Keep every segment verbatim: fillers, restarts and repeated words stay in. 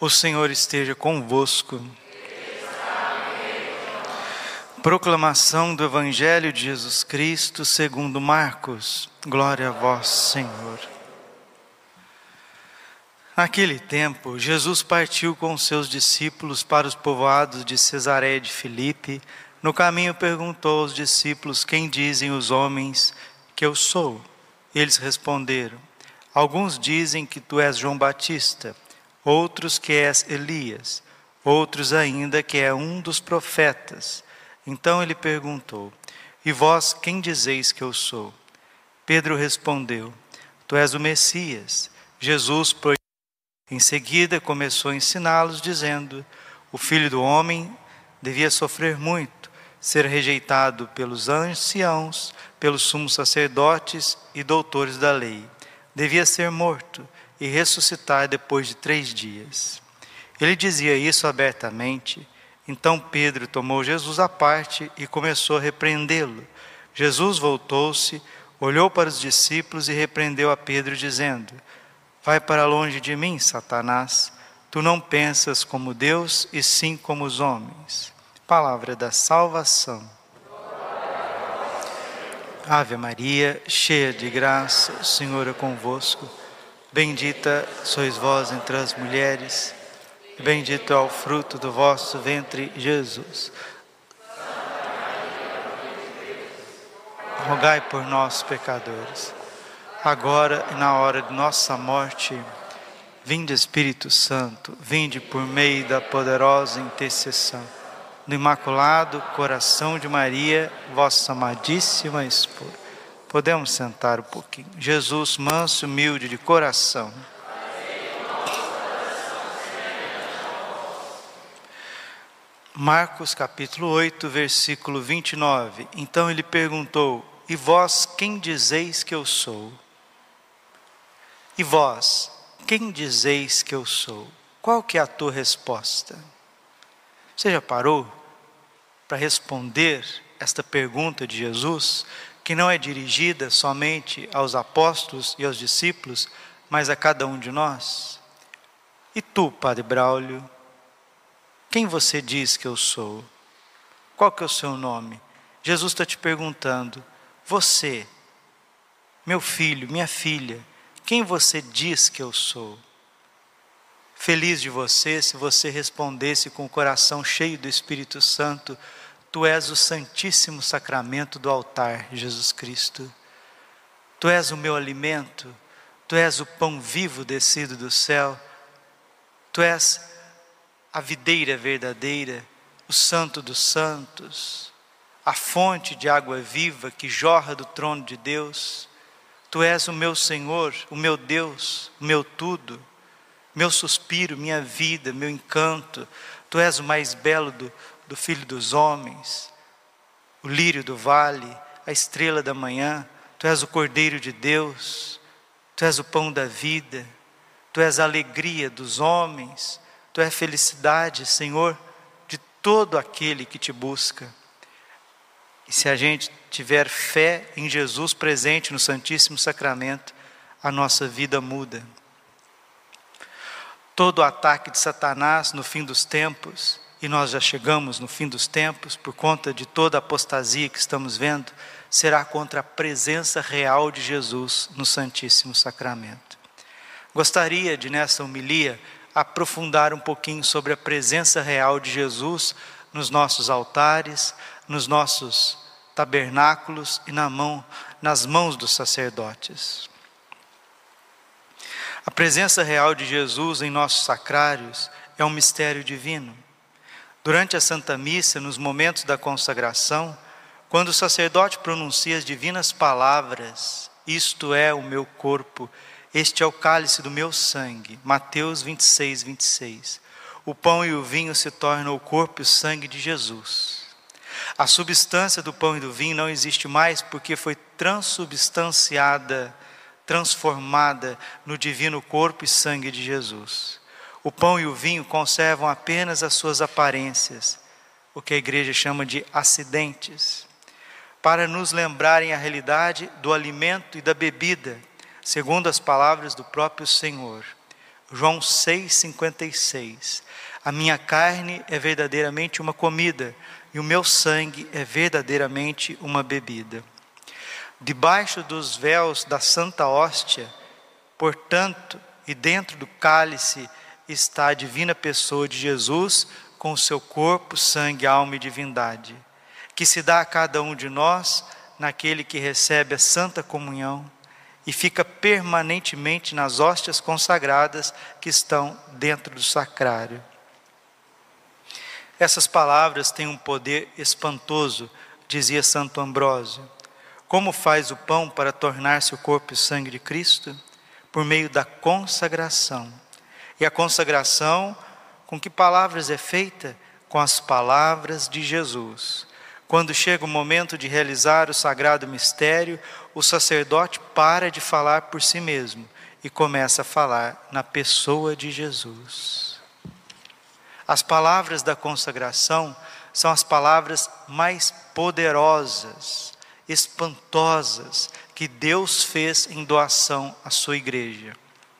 O Senhor esteja convosco. Proclamação do Evangelho de Jesus Cristo segundo Marcos. Glória a vós, Senhor. Naquele tempo, Jesus partiu com seus discípulos para os povoados de Cesareia de Filipe. No caminho perguntou aos discípulos: quem dizem os homens que eu sou? Eles responderam: alguns dizem que tu és João Batista, outros que és Elias, outros ainda que é um dos profetas. Então ele perguntou: e vós quem dizeis que eu sou? Pedro respondeu: tu és o Messias. Jesus, pois, em seguida começou a ensiná-los, dizendo: o Filho do Homem devia sofrer muito, ser rejeitado pelos anciãos, pelos sumos sacerdotes e doutores da lei. Devia ser morto e ressuscitar depois de três dias. Ele dizia isso abertamente. Então Pedro tomou Jesus à parte e começou a repreendê-lo. Jesus voltou-se, olhou para os discípulos e repreendeu a Pedro, dizendo: vai para longe de mim, Satanás. Tu não pensas como Deus, e sim como os homens. Palavra da salvação. Ave Maria, cheia de graça, o Senhor é convosco. Bendita sois vós entre as mulheres, e bendito é o fruto do vosso ventre, Jesus. Rogai por nós, pecadores, agora e na hora de nossa morte. Vinde, Espírito Santo, vinde por meio da poderosa intercessão do Imaculado Coração de Maria, vossa amadíssima esposa. Podemos sentar um pouquinho. Jesus, manso e humilde de coração. Marcos capítulo oito, versículo vinte e nove. Então ele perguntou: e vós quem dizeis que eu sou? E vós quem dizeis que eu sou? Qual que é a tua resposta? Você já parou para responder esta pergunta de Jesus, que não é dirigida somente aos apóstolos e aos discípulos, mas a cada um de nós? E tu, Padre Braulio, quem você diz que eu sou? Qual que é o seu nome? Jesus está te perguntando: você, meu filho, minha filha, quem você diz que eu sou? Feliz de você se você respondesse com o coração cheio do Espírito Santo: tu és o Santíssimo Sacramento do altar, Jesus Cristo. Tu és o meu alimento, tu és o pão vivo descido do céu, tu és a videira verdadeira, o Santo dos Santos, a fonte de água viva que jorra do trono de Deus. Tu és o meu Senhor, o meu Deus, o meu tudo, meu suspiro, minha vida, meu encanto. Tu és o mais belo do, do Filho dos homens, o lírio do vale, a estrela da manhã. Tu és o Cordeiro de Deus, tu és o pão da vida, tu és a alegria dos homens, tu és a felicidade, Senhor, de todo aquele que te busca. E se a gente tiver fé em Jesus presente no Santíssimo Sacramento, a nossa vida muda. Todo o ataque de Satanás no fim dos tempos, e nós já chegamos no fim dos tempos, por conta de toda a apostasia que estamos vendo, será contra a presença real de Jesus no Santíssimo Sacramento. Gostaria de, nessa homilia, aprofundar um pouquinho sobre a presença real de Jesus nos nossos altares, nos nossos tabernáculos e na mão, nas mãos dos sacerdotes. A presença real de Jesus em nossos sacrários é um mistério divino. Durante a Santa Missa, nos momentos da consagração, quando o sacerdote pronuncia as divinas palavras: isto é o meu corpo, este é o cálice do meu sangue, Mateus vinte e seis, vinte e seis. O pão e o vinho se tornam o corpo e o sangue de Jesus. A substância do pão e do vinho não existe mais porque foi transubstanciada, transformada no divino corpo e sangue de Jesus. O pão e o vinho conservam apenas as suas aparências, o que a igreja chama de acidentes, para nos lembrarem a realidade do alimento e da bebida, segundo as palavras do próprio Senhor. João seis, cinquenta e seis. A minha carne é verdadeiramente uma comida, e o meu sangue é verdadeiramente uma bebida. Debaixo dos véus da Santa Hóstia, portanto, e dentro do cálice, está a divina pessoa de Jesus, com o seu corpo, sangue, alma e divindade, que se dá a cada um de nós, naquele que recebe a Santa Comunhão, e fica permanentemente nas hóstias consagradas que estão dentro do sacrário. Essas palavras têm um poder espantoso, dizia Santo Ambrósio. Como faz o pão para tornar-se o corpo e sangue de Cristo? Por meio da consagração. E a consagração, com que palavras é feita? Com as palavras de Jesus. Quando chega o momento de realizar o sagrado mistério, o sacerdote para de falar por si mesmo e começa a falar na pessoa de Jesus. As palavras da consagração são as palavras mais poderosas, espantosas, que Deus fez em doação à sua igreja.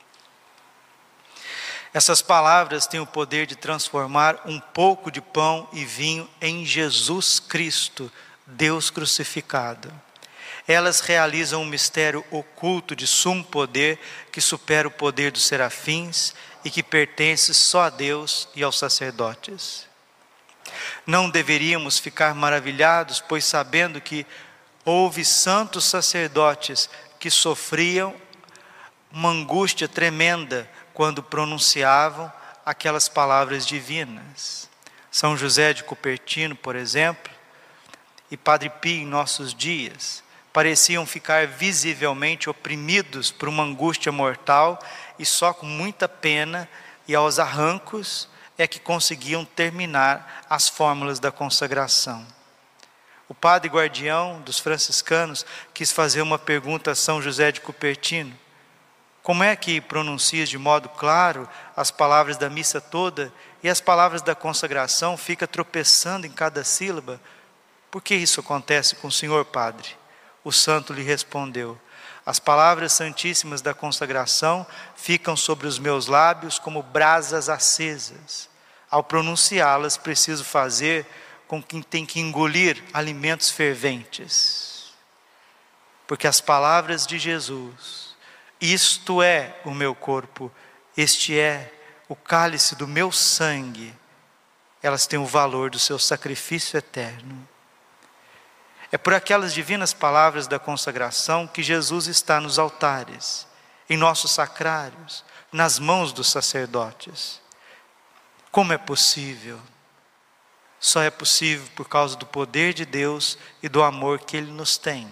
Essas palavras têm o poder de transformar um pouco de pão e vinho em Jesus Cristo, Deus crucificado. Elas realizam um mistério oculto de sumo poder que supera o poder dos serafins e que pertence só a Deus e aos sacerdotes. Não deveríamos ficar maravilhados, pois sabendo que houve santos sacerdotes que sofriam uma angústia tremenda quando pronunciavam aquelas palavras divinas. São José de Cupertino, por exemplo, e Padre Pio em nossos dias, pareciam ficar visivelmente oprimidos por uma angústia mortal e só com muita pena e aos arrancos é que conseguiam terminar as fórmulas da consagração. O padre guardião dos franciscanos quis fazer uma pergunta a São José de Cupertino: como é que pronuncias de modo claro as palavras da missa toda e as palavras da consagração fica tropeçando em cada sílaba? Por que isso acontece com o senhor, padre? O santo lhe respondeu: as palavras santíssimas da consagração ficam sobre os meus lábios como brasas acesas. Ao pronunciá-las, preciso fazer com quem tem que engolir alimentos ferventes. Porque as palavras de Jesus, isto é o meu corpo, este é o cálice do meu sangue, elas têm o valor do seu sacrifício eterno. É por aquelas divinas palavras da consagração que Jesus está nos altares, em nossos sacrários, nas mãos dos sacerdotes. Como é possível? Só é possível por causa do poder de Deus e do amor que Ele nos tem.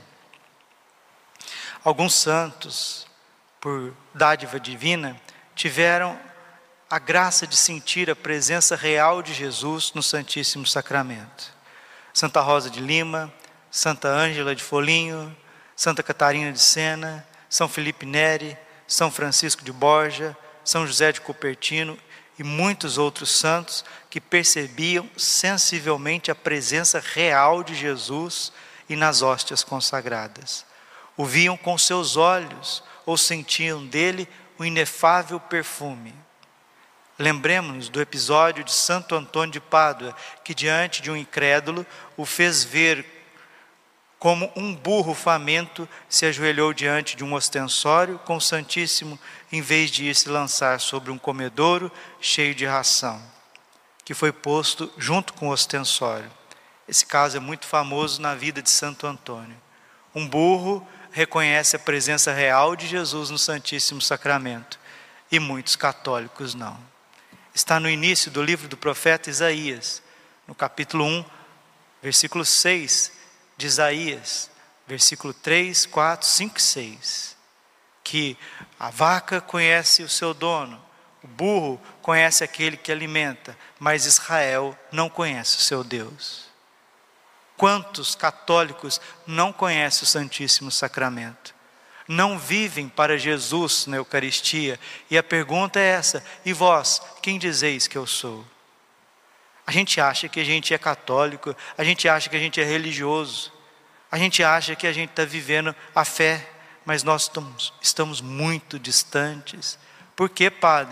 Alguns santos, por dádiva divina, tiveram a graça de sentir a presença real de Jesus no Santíssimo Sacramento. Santa Rosa de Lima, Santa Ângela de Foligno, Santa Catarina de Sena, São Felipe Neri, São Francisco de Borja, São José de Cupertino e muitos outros santos que percebiam sensivelmente a presença real de Jesus e nas hóstias consagradas. O viam com seus olhos ou sentiam dele o inefável perfume. Lembremos-nos do episódio de Santo Antônio de Pádua, que diante de um incrédulo o fez ver como um burro faminto se ajoelhou diante de um ostensório com o Santíssimo, em vez de ir se lançar sobre um comedouro cheio de ração, que foi posto junto com o ostensório. Esse caso é muito famoso na vida de Santo Antônio. Um burro reconhece a presença real de Jesus no Santíssimo Sacramento, e muitos católicos não. Está no início do livro do profeta Isaías, no capítulo um, versículo seis, de Isaías, versículo três, quatro, cinco e seis, que a vaca conhece o seu dono, o burro conhece aquele que alimenta, mas Israel não conhece o seu Deus. Quantos católicos não conhecem o Santíssimo Sacramento? Não vivem para Jesus na Eucaristia, e a pergunta é essa: e vós, quem dizeis que eu sou? A gente acha que a gente é católico, a gente acha que a gente é religioso, a gente acha que a gente está vivendo a fé, mas nós estamos, estamos muito distantes. Por que, padre?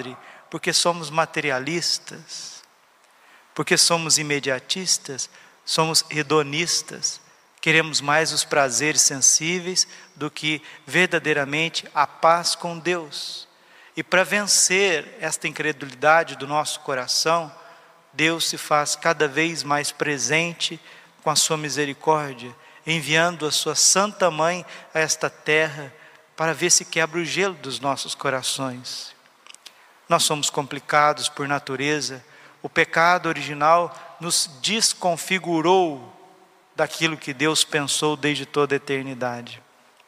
porque somos materialistas, porque somos imediatistas, somos hedonistas, queremos mais os prazeres sensíveis do que verdadeiramente a paz com Deus. E para vencer esta incredulidade do nosso coração, Deus se faz cada vez mais presente com a sua misericórdia, enviando a sua Santa Mãe a esta terra para ver se quebra o gelo dos nossos corações. Nós somos complicados por natureza. O pecado original nos desconfigurou daquilo que Deus pensou desde toda a eternidade.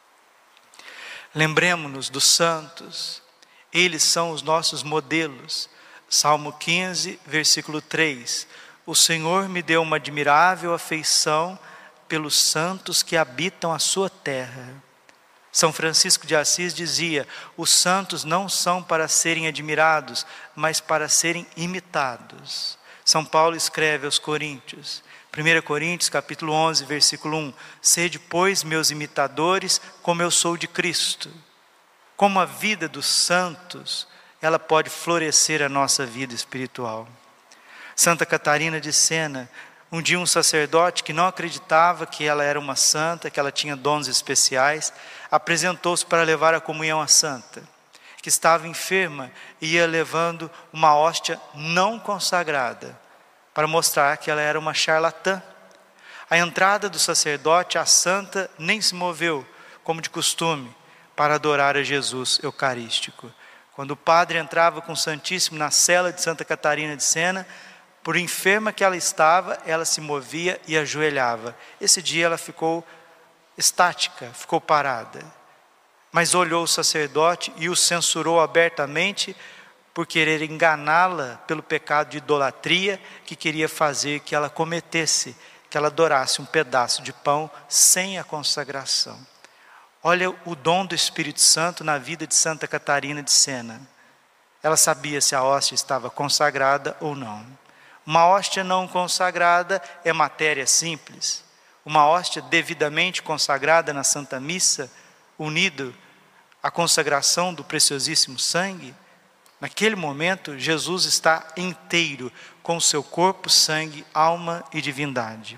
Lembremos-nos dos santos, eles são os nossos modelos. Salmo quinze, versículo três. O Senhor me deu uma admirável afeição pelos santos que habitam a sua terra. São Francisco de Assis dizia: os santos não são para serem admirados, mas para serem imitados. São Paulo escreve aos Coríntios, primeira Coríntios capítulo onze, versículo um: sede, pois, meus imitadores, como eu sou de Cristo. Como a vida dos santos, ela pode florescer a nossa vida espiritual. Santa Catarina de Sena, um dia um sacerdote que não acreditava que ela era uma santa, que ela tinha dons especiais, apresentou-se para levar a comunhão à santa, que estava enferma e ia levando uma hóstia não consagrada, para mostrar que ela era uma charlatã. À entrada do sacerdote, a santa nem se moveu, como de costume, para adorar a Jesus eucarístico. Quando o padre entrava com o Santíssimo na cela de Santa Catarina de Sena, por enferma que ela estava, ela se movia e ajoelhava. Esse dia ela ficou estática, ficou parada. Mas olhou o sacerdote e o censurou abertamente por querer enganá-la pelo pecado de idolatria que queria fazer que ela cometesse, que ela adorasse um pedaço de pão sem a consagração. Olha o dom do Espírito Santo na vida de Santa Catarina de Sena. Ela sabia se a hóstia estava consagrada ou não. Uma hóstia não consagrada é matéria simples. Uma hóstia devidamente consagrada na Santa Missa, unido à consagração do preciosíssimo sangue, naquele momento Jesus está inteiro com o seu corpo, sangue, alma e divindade.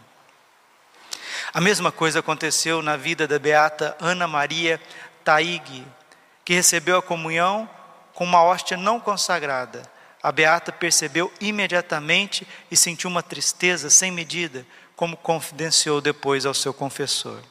A mesma coisa aconteceu na vida da beata Ana Maria Taig, que recebeu a comunhão com uma hóstia não consagrada. A beata percebeu imediatamente e sentiu uma tristeza sem medida, como confidenciou depois ao seu confessor.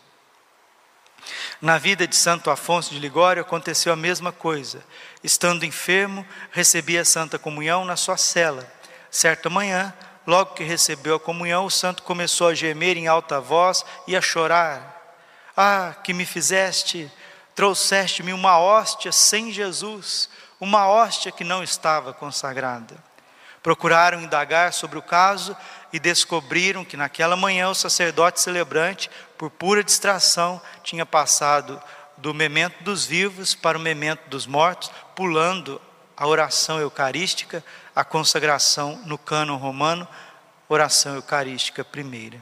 Na vida de Santo Afonso de Ligório aconteceu a mesma coisa. Estando enfermo, recebia a Santa Comunhão na sua cela. Certa manhã, logo que recebeu a comunhão, o santo começou a gemer em alta voz e a chorar. Ah, que me fizeste, trouxeste-me uma hóstia sem Jesus, uma hóstia que não estava consagrada. Procuraram indagar sobre o caso e descobriram que naquela manhã o sacerdote celebrante, por pura distração, tinha passado do memento dos vivos para o memento dos mortos, pulando a oração eucarística, a consagração no cânon romano, oração eucarística primeira.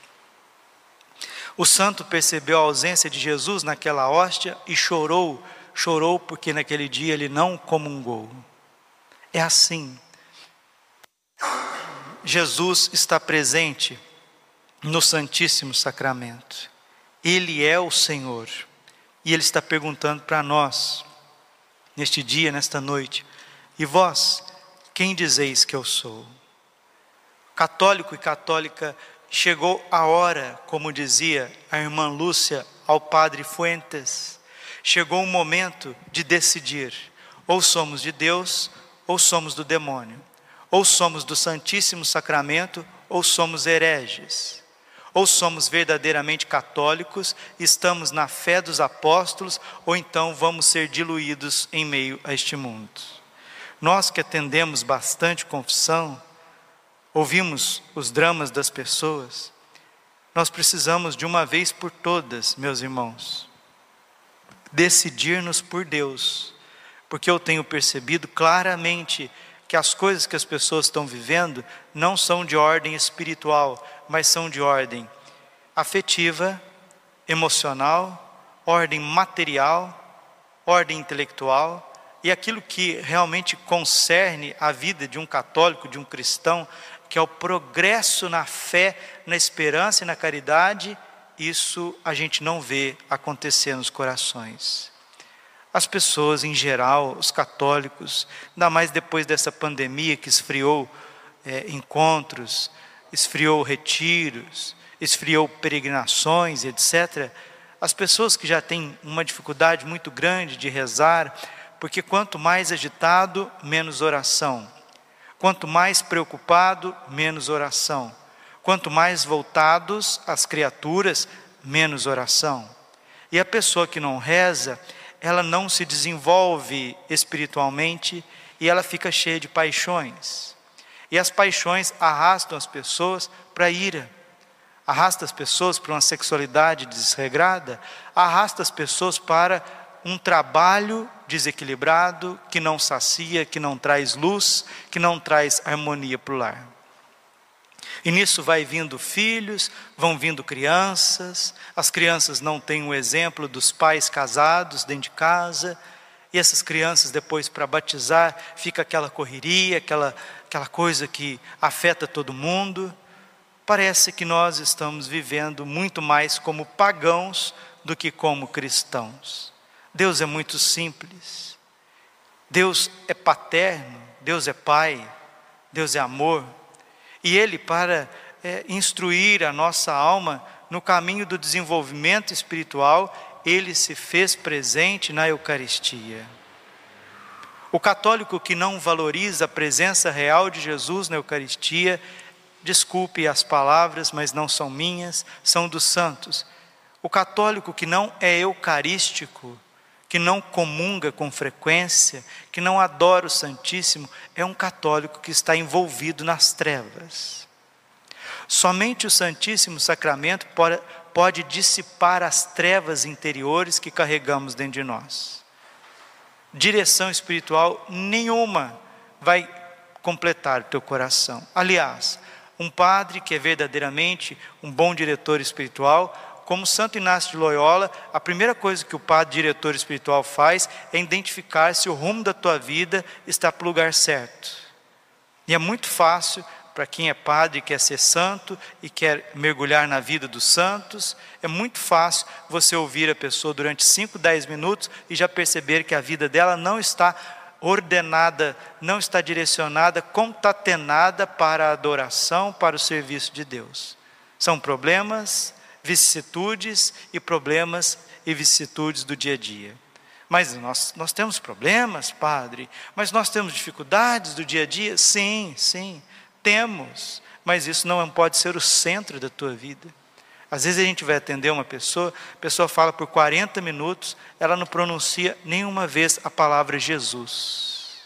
O santo percebeu a ausência de Jesus naquela hóstia e chorou, chorou porque naquele dia ele não comungou. É assim. Jesus está presente no Santíssimo Sacramento. Ele é o Senhor. E Ele está perguntando para nós, neste dia, nesta noite: e vós, quem dizeis que eu sou? Católico e católica, chegou a hora, como dizia a irmã Lúcia ao padre Fuentes, chegou o momento de decidir: ou somos de Deus, ou somos do demônio. Ou somos do Santíssimo Sacramento, ou somos hereges. Ou somos verdadeiramente católicos, estamos na fé dos apóstolos, ou então vamos ser diluídos em meio a este mundo. Nós que atendemos bastante confissão, ouvimos os dramas das pessoas, nós precisamos de uma vez por todas, meus irmãos, decidir-nos por Deus, porque eu tenho percebido claramente que as coisas que as pessoas estão vivendo não são de ordem espiritual, mas são de ordem afetiva, emocional, ordem material, ordem intelectual e aquilo que realmente concerne a vida de um católico, de um cristão, que é o progresso na fé, na esperança e na caridade, isso a gente não vê acontecer nos corações. As pessoas em geral, os católicos, ainda mais depois dessa pandemia que esfriou é, encontros, esfriou retiros, esfriou peregrinações, etcétera. As pessoas que já têm uma dificuldade muito grande de rezar, porque quanto mais agitado, menos oração. Quanto mais preocupado, menos oração. Quanto mais voltados às criaturas, menos oração. E a pessoa que não reza, ela não se desenvolve espiritualmente e ela fica cheia de paixões. E as paixões arrastam as pessoas para a ira, arrastam as pessoas para uma sexualidade desregrada, arrasta as pessoas para um trabalho desequilibrado, que não sacia, que não traz luz, que não traz harmonia para o lar. E nisso vai vindo filhos, vão vindo crianças, as crianças não têm o exemplo dos pais casados dentro de casa, e essas crianças depois para batizar, fica aquela correria, aquela, aquela coisa que afeta todo mundo. Parece que nós estamos vivendo muito mais como pagãos do que como cristãos. Deus é muito simples, Deus é paterno, Deus é pai, Deus é amor, e Ele, para é, instruir a nossa alma no caminho do desenvolvimento espiritual, Ele se fez presente na Eucaristia. O católico que não valoriza a presença real de Jesus na Eucaristia, desculpe as palavras, mas não são minhas, são dos santos. O católico que não é eucarístico, que não comunga com frequência, que não adora o Santíssimo, é um católico que está envolvido nas trevas. Somente o Santíssimo Sacramento pode, pode dissipar as trevas interiores que carregamos dentro de nós. Direção espiritual nenhuma vai completar o teu coração. Aliás, um padre que é verdadeiramente um bom diretor espiritual, como Santo Inácio de Loyola, a primeira coisa que o padre diretor espiritual faz é identificar se o rumo da tua vida está para o lugar certo. E é muito fácil para quem é padre e quer ser santo e quer mergulhar na vida dos santos, é muito fácil você ouvir a pessoa durante cinco, dez minutos e já perceber que a vida dela não está ordenada, não está direcionada, concatenada para a adoração, para o serviço de Deus. São problemas, vicissitudes e problemas e vicissitudes do dia a dia. Mas nós, nós temos problemas, padre, mas nós temos dificuldades do dia a dia? Sim, sim, temos, mas isso não pode ser o centro da tua vida. Às vezes a gente vai atender uma pessoa, a pessoa fala por quarenta minutos, ela não pronuncia nenhuma vez a palavra Jesus.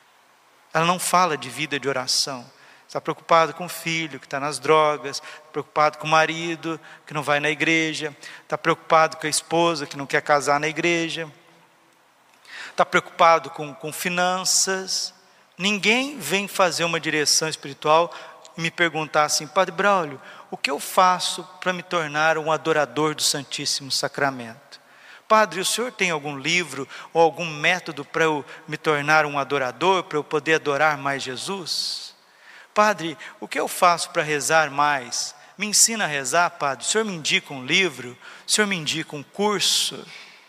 Ela não fala de vida de oração. Está preocupado com o filho que está nas drogas, preocupado com o marido que não vai na igreja, está preocupado com a esposa que não quer casar na igreja, está preocupado com, com finanças. Ninguém vem fazer uma direção espiritual e me perguntar assim: Padre Braulio, o que eu faço para me tornar um adorador do Santíssimo Sacramento? Padre, o senhor tem algum livro ou algum método para eu me tornar um adorador, para eu poder adorar mais Jesus? Padre, o que eu faço para rezar mais? Me ensina a rezar, padre? O senhor me indica um livro? O senhor me indica um curso?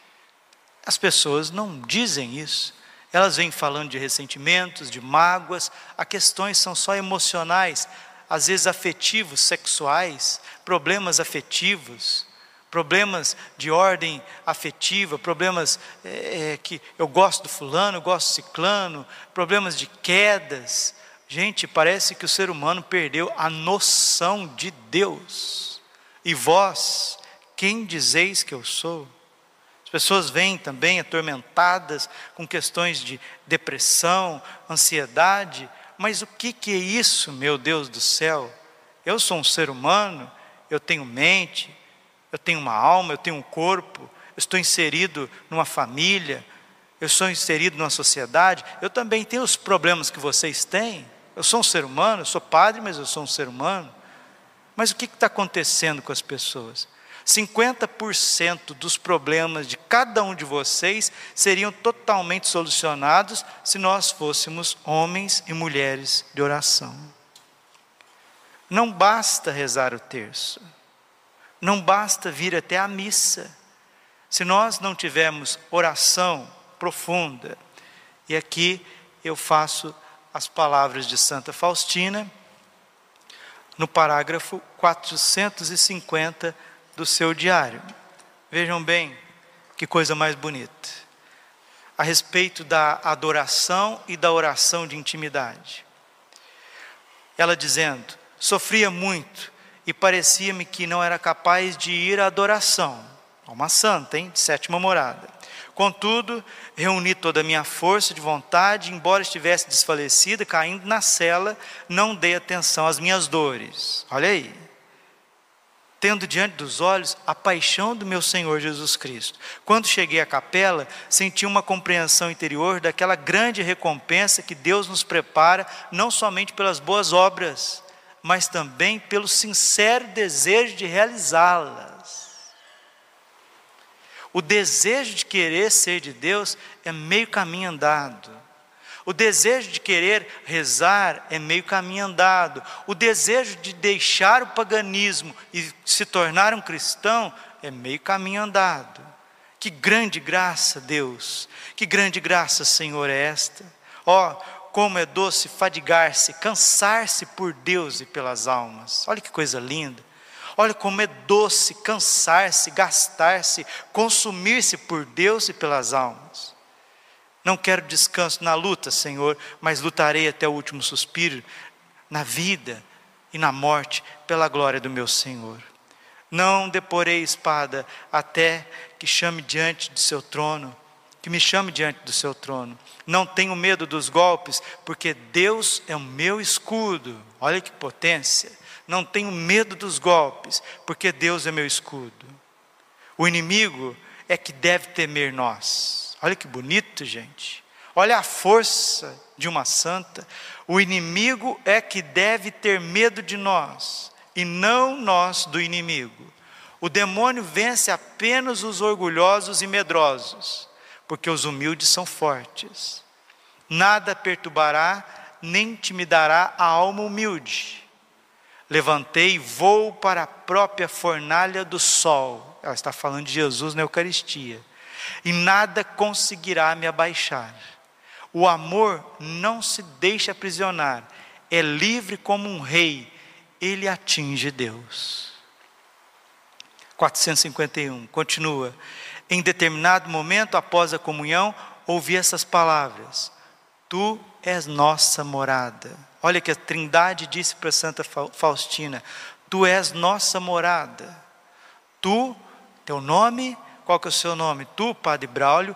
As pessoas não dizem isso. Elas vêm falando de ressentimentos, de mágoas. As questões são só emocionais, às vezes afetivos, sexuais, problemas afetivos, problemas de ordem afetiva, problemas é, que eu gosto do fulano, eu gosto do ciclano, problemas de quedas. Gente, parece que o ser humano perdeu a noção de Deus. E vós, quem dizeis que eu sou? As pessoas vêm também atormentadas com questões de depressão, ansiedade. Mas o que, que é isso, meu Deus do céu? Eu sou um ser humano, eu tenho mente, eu tenho uma alma, eu tenho um corpo, eu estou inserido numa família, eu sou inserido numa sociedade, eu também tenho os problemas que vocês têm. Eu sou um ser humano, eu sou padre, mas eu sou um ser humano. Mas o que está acontecendo com as pessoas? cinquenta por cento dos problemas de cada um de vocês seriam totalmente solucionados se nós fôssemos homens e mulheres de oração. Não basta rezar o terço, não basta vir até a missa, se nós não tivermos oração profunda. E aqui eu faço as palavras de Santa Faustina, no parágrafo quatrocentos e cinquenta do seu diário. Vejam bem que coisa mais bonita. A respeito da adoração e da oração de intimidade. Ela dizendo: sofria muito e parecia-me que não era capaz de ir à adoração. Uma santa, hein? De sétima morada. Contudo, reuni toda a minha força de vontade, embora estivesse desfalecida, caindo na cela, não dei atenção às minhas dores. Olha aí. Tendo diante dos olhos a paixão do meu Senhor Jesus Cristo. Quando cheguei à capela, senti uma compreensão interior daquela grande recompensa que Deus nos prepara, não somente pelas boas obras, mas também pelo sincero desejo de realizá-las. O desejo de querer ser de Deus é meio caminho andado. O desejo de querer rezar é meio caminho andado. O desejo de deixar o paganismo e se tornar um cristão é meio caminho andado. Que grande graça, Deus! Que grande graça, Senhor, é esta! Ó, oh, como é doce fadigar-se, cansar-se por Deus e pelas almas. Olha que coisa linda! Olha como é doce cansar-se, gastar-se, consumir-se por Deus e pelas almas. Não quero descanso na luta, Senhor, mas lutarei até o último suspiro, na vida e na morte, pela glória do meu Senhor. Não deporei espada até que chame diante do seu trono, que me chame diante do seu trono. Não tenho medo dos golpes, porque Deus é o meu escudo. Olha que potência. Não tenho medo dos golpes, porque Deus é meu escudo. O inimigo é que deve temer nós. Olha que bonito, gente. Olha a força de uma santa. O inimigo é que deve ter medo de nós, e não nós do inimigo. O demônio vence apenas os orgulhosos e medrosos, porque os humildes são fortes. Nada perturbará, nem intimidará a alma humilde. Levantei e vou para a própria fornalha do sol. Ela está falando de Jesus na Eucaristia. E nada conseguirá me abaixar. O amor não se deixa aprisionar, é livre como um rei, ele atinge Deus. quatrocentos e cinquenta e um, continua. Em determinado momento, após a comunhão, ouvi essas palavras: Tu és nossa morada. Olha que a Trindade disse para Santa Faustina: Tu és nossa morada. Tu, teu nome, qual que é o seu nome? Tu, Padre Braulio,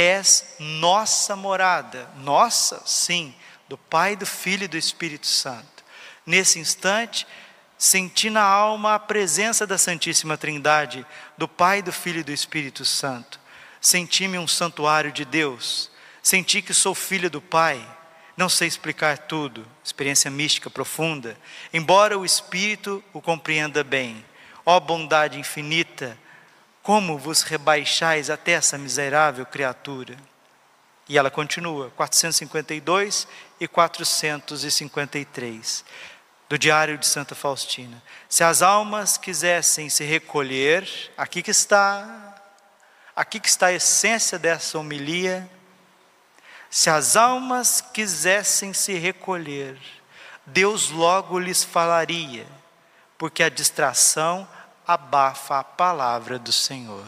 és nossa morada. Nossa, sim, do Pai, do Filho e do Espírito Santo. Nesse instante, senti na alma a presença da Santíssima Trindade, do Pai, do Filho e do Espírito Santo. Senti-me um santuário de Deus. Senti que sou filho do Pai. Não sei explicar tudo, experiência mística profunda, embora o Espírito o compreenda bem. Ó bondade infinita, como vos rebaixais até essa miserável criatura? E ela continua, quatrocentos e cinquenta e dois e quatrocentos e cinquenta e três, do Diário de Santa Faustina. Se as almas quisessem se recolher, aqui que está, aqui que está a essência dessa homilia. Se as almas quisessem se recolher, Deus logo lhes falaria, porque a distração abafa a palavra do Senhor.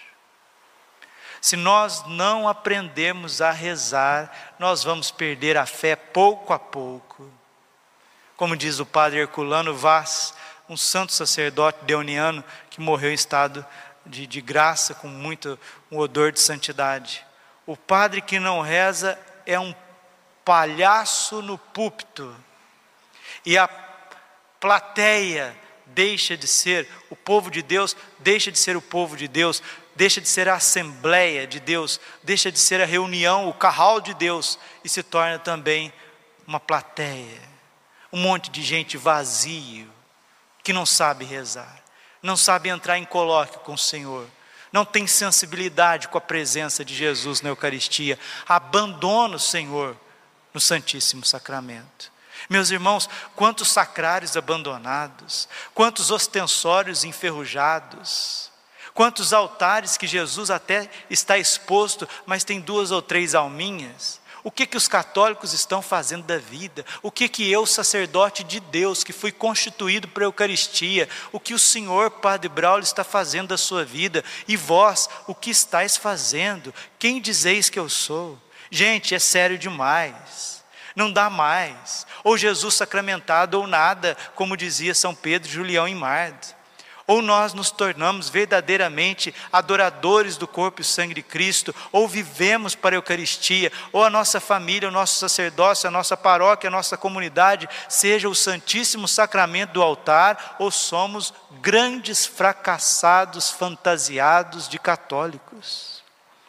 Se nós não aprendemos a rezar, nós vamos perder a fé pouco a pouco. Como diz o padre Herculano Vaz, um santo sacerdote deoniano que morreu em estado de, de graça, com muito um odor de santidade. O padre que não reza é um palhaço no púlpito, e a plateia deixa de ser o povo de Deus, deixa de ser o povo de Deus, deixa de ser a Assembleia de Deus, deixa de ser a reunião, o carral de Deus, e se torna também uma plateia, um monte de gente vazio, que não sabe rezar. não sabe entrar em colóquio com o Senhor, não tem sensibilidade com a presença de Jesus na Eucaristia, abandona o Senhor no Santíssimo Sacramento. Meus irmãos, quantos sacrários abandonados, quantos ostensórios enferrujados, quantos altares que Jesus até está exposto, mas tem duas ou três alminhas. O que que os católicos estão fazendo da vida? O que que eu, sacerdote de Deus, que fui constituído para a Eucaristia, o que o senhor Padre Braulio está fazendo da sua vida? E vós, o que estáis fazendo? Quem dizeis que eu sou? Gente, é sério demais. Não dá mais. Ou Jesus sacramentado ou nada, como dizia São Pedro e Julião em Marde. Ou nós nos tornamos verdadeiramente adoradores do corpo e sangue de Cristo, ou vivemos para a Eucaristia, ou a nossa família, o nosso sacerdócio, a nossa paróquia, a nossa comunidade, seja o Santíssimo Sacramento do altar, ou somos grandes fracassados, fantasiados de católicos.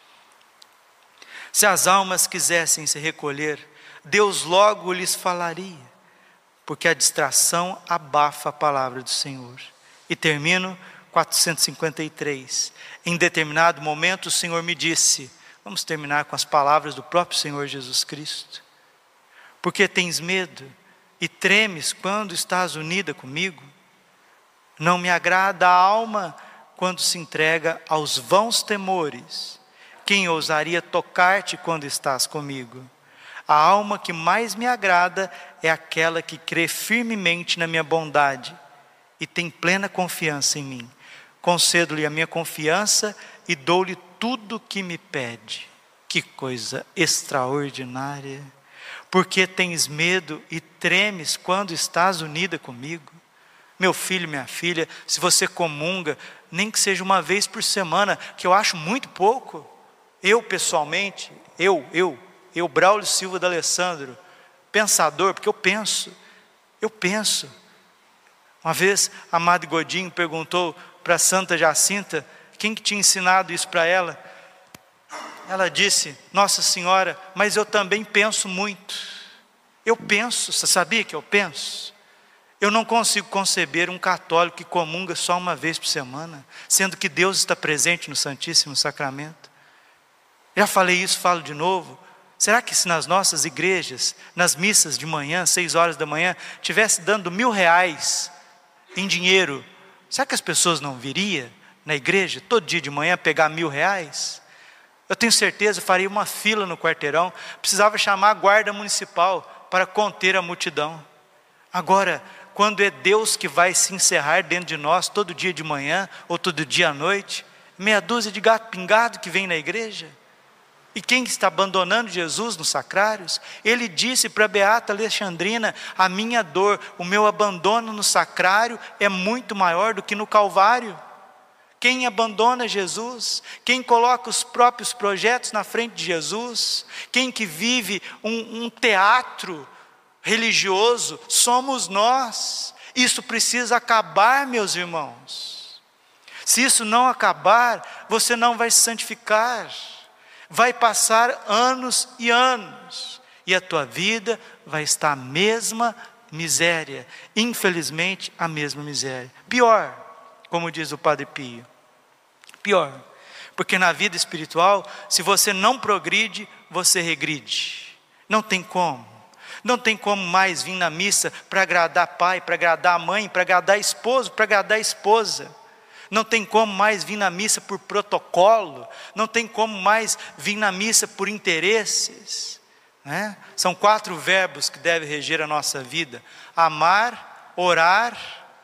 Se as almas quisessem se recolher, Deus logo lhes falaria, porque a distração abafa a palavra do Senhor. E termino quatrocentos e cinquenta e três. Em determinado momento o Senhor me disse, vamos terminar com as palavras do próprio Senhor Jesus Cristo. Porque tens medo e tremes quando estás unida comigo? Não me agrada a alma quando se entrega aos vãos temores. Quem ousaria tocar-te quando estás comigo? A alma que mais me agrada é aquela que crê firmemente na minha bondade e tem plena confiança em mim. Concedo-lhe a minha confiança e dou-lhe tudo o que me pede. Que coisa extraordinária! Porque tens medo e tremes quando estás unida comigo? Meu filho, minha filha, se você comunga, nem que seja uma vez por semana, que eu acho muito pouco. Eu pessoalmente, eu, eu, eu, Braulio Silva D'Alessandro, pensador, porque eu penso, eu penso. Uma vez, a Madre Godinho perguntou para Santa Jacinta, quem que tinha ensinado isso para ela? Ela disse, Nossa Senhora, mas eu também penso muito. Eu penso, você sabia que eu penso? Eu não consigo conceber um católico que comunga só uma vez por semana, sendo que Deus está presente no Santíssimo Sacramento. Já falei isso, falo de novo. Será que se nas nossas igrejas, nas missas de manhã, seis horas da manhã, tivesse dando mil reais em dinheiro, será que as pessoas não viriam na igreja, todo dia de manhã, pegar mil reais? Eu tenho certeza, faria uma fila no quarteirão, precisava chamar a guarda municipal para conter a multidão. Agora, quando é Deus que vai se encerrar dentro de nós, todo dia de manhã, ou todo dia à noite, meia dúzia de gato pingado que vem na igreja, e quem está abandonando Jesus nos sacrários? Ele disse para Beata Alexandrina, a minha dor, o meu abandono no sacrário é muito maior do que no Calvário. Quem abandona Jesus, quem coloca os próprios projetos na frente de Jesus, quem que vive um, um teatro religioso, somos nós. Isso precisa acabar, meus irmãos. Se isso não acabar, você não vai se santificar. Vai passar anos e anos, e a tua vida vai estar a mesma miséria, infelizmente a mesma miséria. Pior, como diz o Padre Pio, pior, porque na vida espiritual, se você não progride, você regride, não tem como, não tem como mais vir na missa para agradar pai, para agradar a mãe, para agradar esposo, para agradar a esposa. Não tem como mais vir na missa por protocolo, não tem como mais vir na missa por interesses, né? São quatro verbos que devem reger a nossa vida: amar, orar,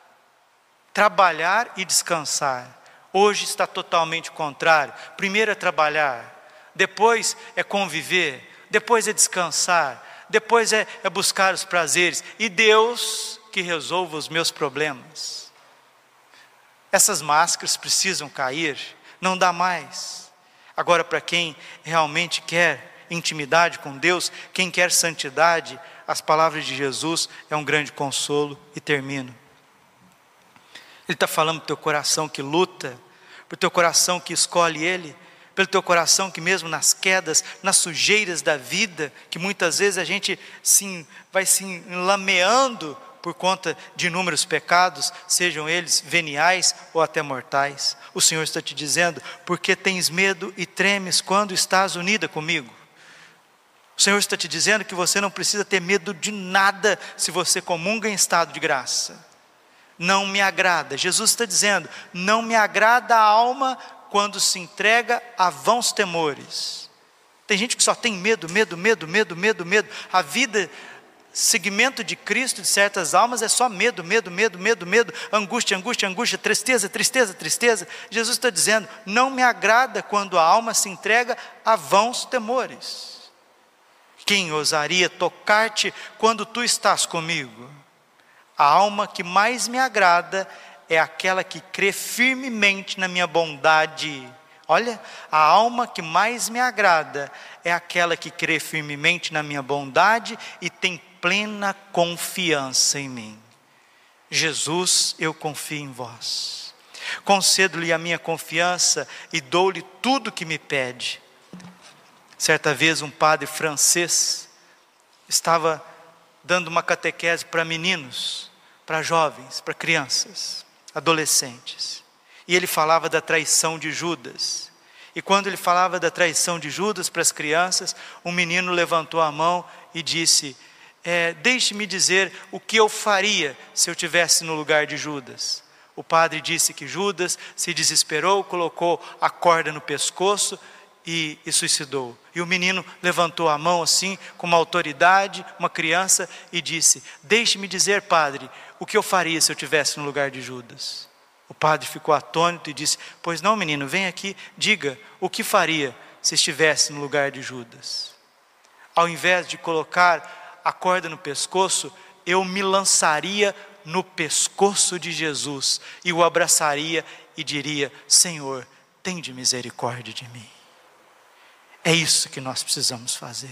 trabalhar e descansar. Hoje está totalmente contrário. Primeiro é trabalhar, depois é conviver, depois é descansar, depois é, é buscar os prazeres, e Deus que resolva os meus problemas. Essas máscaras precisam cair, não dá mais. Agora, para quem realmente quer intimidade com Deus, quem quer santidade, as palavras de Jesus é um grande consolo. E termino. Ele está falando para o teu coração que luta, para o teu coração que escolhe Ele, pelo teu coração que mesmo nas quedas, nas sujeiras da vida, que muitas vezes a gente sim, vai se enlameando por conta de inúmeros pecados, sejam eles veniais ou até mortais. O Senhor está te dizendo: porque tens medo e tremes quando estás unida comigo? O Senhor está te dizendo que você não precisa ter medo de nada se você comunga em estado de graça. Não me agrada, Jesus está dizendo, não me agrada a alma quando se entrega a vãos temores. Tem gente que só tem medo, medo, medo, medo, medo, medo. A vida, segmento de Cristo de certas almas é só medo, medo, medo, medo, medo, angústia, angústia, angústia, tristeza, tristeza, tristeza. Jesus está dizendo, não me agrada quando a alma se entrega a vãos temores. Quem ousaria tocar-te quando tu estás comigo? A alma que mais me agrada é aquela que crê firmemente na minha bondade. Olha, a alma que mais me agrada é aquela que crê firmemente na minha bondade e tem plena confiança em mim. Jesus, eu confio em vós. Concedo-lhe a minha confiança e dou-lhe tudo o que me pede. Certa vez um padre francês estava dando uma catequese para meninos, para jovens, para crianças, adolescentes. E ele falava da traição de Judas. E quando ele falava da traição de Judas para as crianças, um menino levantou a mão e disse, é, deixe-me dizer o que eu faria se eu estivesse no lugar de Judas. O padre disse que Judas se desesperou, colocou a corda no pescoço e, e suicidou. E o menino levantou a mão assim, com uma autoridade, uma criança, e disse, deixe-me dizer, padre, o que eu faria se eu estivesse no lugar de Judas. O padre ficou atônito e disse, pois não, menino, vem aqui, diga o que faria se estivesse no lugar de Judas. Ao invés de colocar a corda no pescoço, eu me lançaria no pescoço de Jesus e o abraçaria e diria, Senhor, tende misericórdia de mim. É isso que nós precisamos fazer.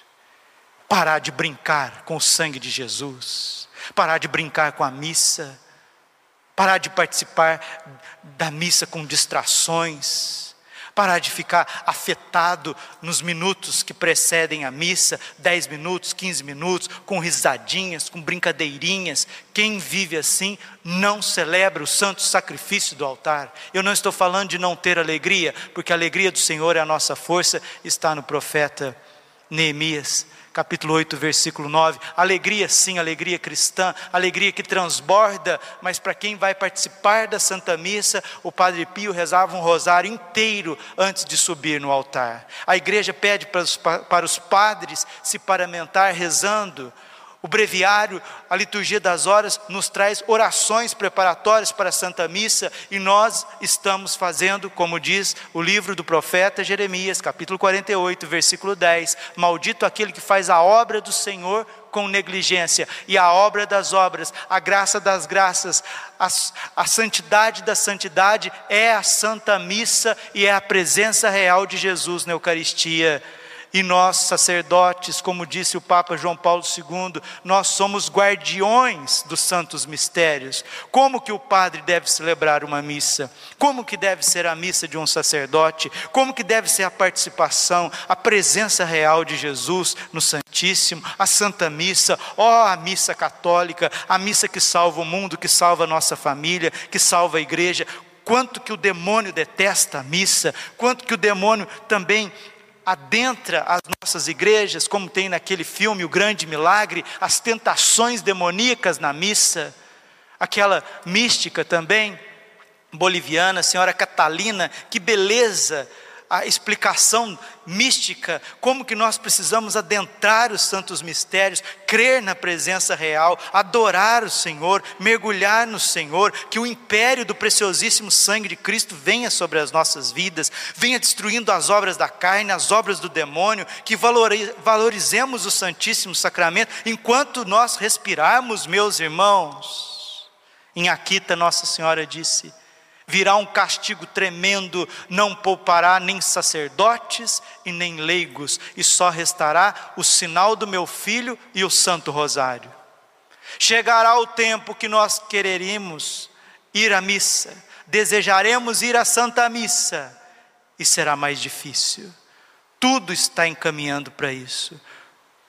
Parar de brincar com o sangue de Jesus, parar de brincar com a missa, parar de participar da missa com distrações, parar de ficar afetado nos minutos que precedem a missa, dez minutos, quinze minutos, com risadinhas, com brincadeirinhas. Quem vive assim não celebra o santo sacrifício do altar. Eu não estou falando de não ter alegria, porque a alegria do Senhor é a nossa força, está no profeta Neemias, capítulo oito, versículo nove, alegria sim, alegria cristã, alegria que transborda, mas para quem vai participar da Santa Missa, o Padre Pio rezava um rosário inteiro antes de subir no altar. A igreja pede para os, para os padres se paramentar rezando. O breviário, a liturgia das horas, nos traz orações preparatórias para a Santa Missa, e nós estamos fazendo, como diz o livro do profeta Jeremias, capítulo quarenta e oito, versículo dez, maldito aquele que faz a obra do Senhor com negligência, e a obra das obras, a graça das graças, a, a santidade da santidade é a Santa Missa e é a presença real de Jesus na Eucaristia. E nós, sacerdotes, como disse o Papa João Paulo segundo, nós somos guardiões dos santos mistérios. Como que o padre deve celebrar uma missa? Como que deve ser a missa de um sacerdote? Como que deve ser a participação, a presença real de Jesus no Santíssimo, a Santa Missa, ó, a missa católica, a missa que salva o mundo, que salva a nossa família, que salva a igreja. Quanto que o demônio detesta a missa, quanto que o demônio também adentra as nossas igrejas, como tem naquele filme O Grande Milagre, as tentações demoníacas na missa. Aquela mística também, boliviana, Senhora Catalina, que beleza, a explicação mística, como que nós precisamos adentrar os santos mistérios, crer na presença real, adorar o Senhor, mergulhar no Senhor, que o império do preciosíssimo sangue de Cristo venha sobre as nossas vidas, venha destruindo as obras da carne, as obras do demônio, que valorizemos o Santíssimo Sacramento, enquanto nós respirarmos, meus irmãos. Em Akita, Nossa Senhora disse, virá um castigo tremendo, não poupará nem sacerdotes e nem leigos, e só restará o sinal do meu filho e o Santo Rosário. Chegará o tempo que nós quereremos ir à missa, desejaremos ir à Santa Missa, e será mais difícil. Tudo está encaminhando para isso.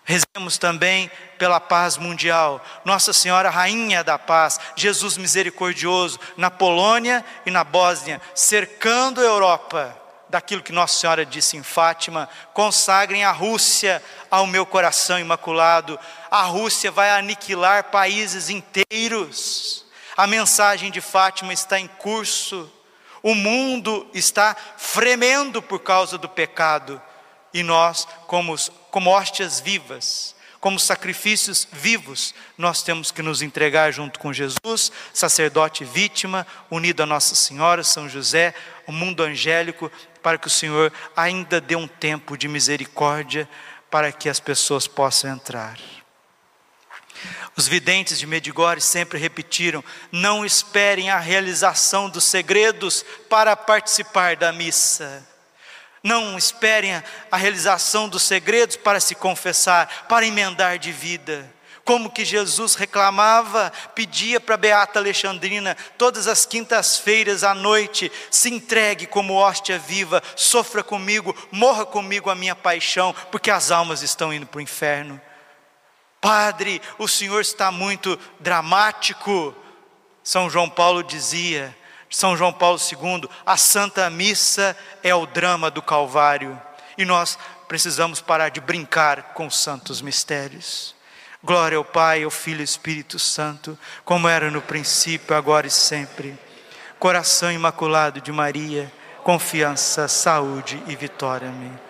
Rezemos também pela paz mundial. Nossa Senhora, Rainha da Paz, Jesus misericordioso, na Polônia e na Bósnia, cercando a Europa daquilo que Nossa Senhora disse em Fátima: consagrem a Rússia ao meu coração imaculado. A Rússia vai aniquilar países inteiros. A mensagem de Fátima está em curso. O mundo está fremendo por causa do pecado. E nós, como, como hóstias vivas, como sacrifícios vivos, nós temos que nos entregar junto com Jesus, sacerdote e vítima, unido a Nossa Senhora, São José, o mundo angélico, para que o Senhor ainda dê um tempo de misericórdia, para que as pessoas possam entrar. Os videntes de Medjugorje sempre repetiram: não esperem a realização dos segredos para participar da missa. Não esperem a realização dos segredos para se confessar, para emendar de vida. Como que Jesus reclamava, pedia para Beata Alexandrina, todas as quintas-feiras à noite: se entregue como hóstia viva, sofra comigo, morra comigo a minha paixão, porque as almas estão indo para o inferno. Padre, o Senhor está muito dramático. São João Paulo dizia, São João Paulo segundo, a Santa Missa é o drama do Calvário. E nós precisamos parar de brincar com os santos mistérios. Glória ao Pai, ao Filho e ao Espírito Santo, como era no princípio, agora e sempre. Coração imaculado de Maria, confiança, saúde e vitória. Amém.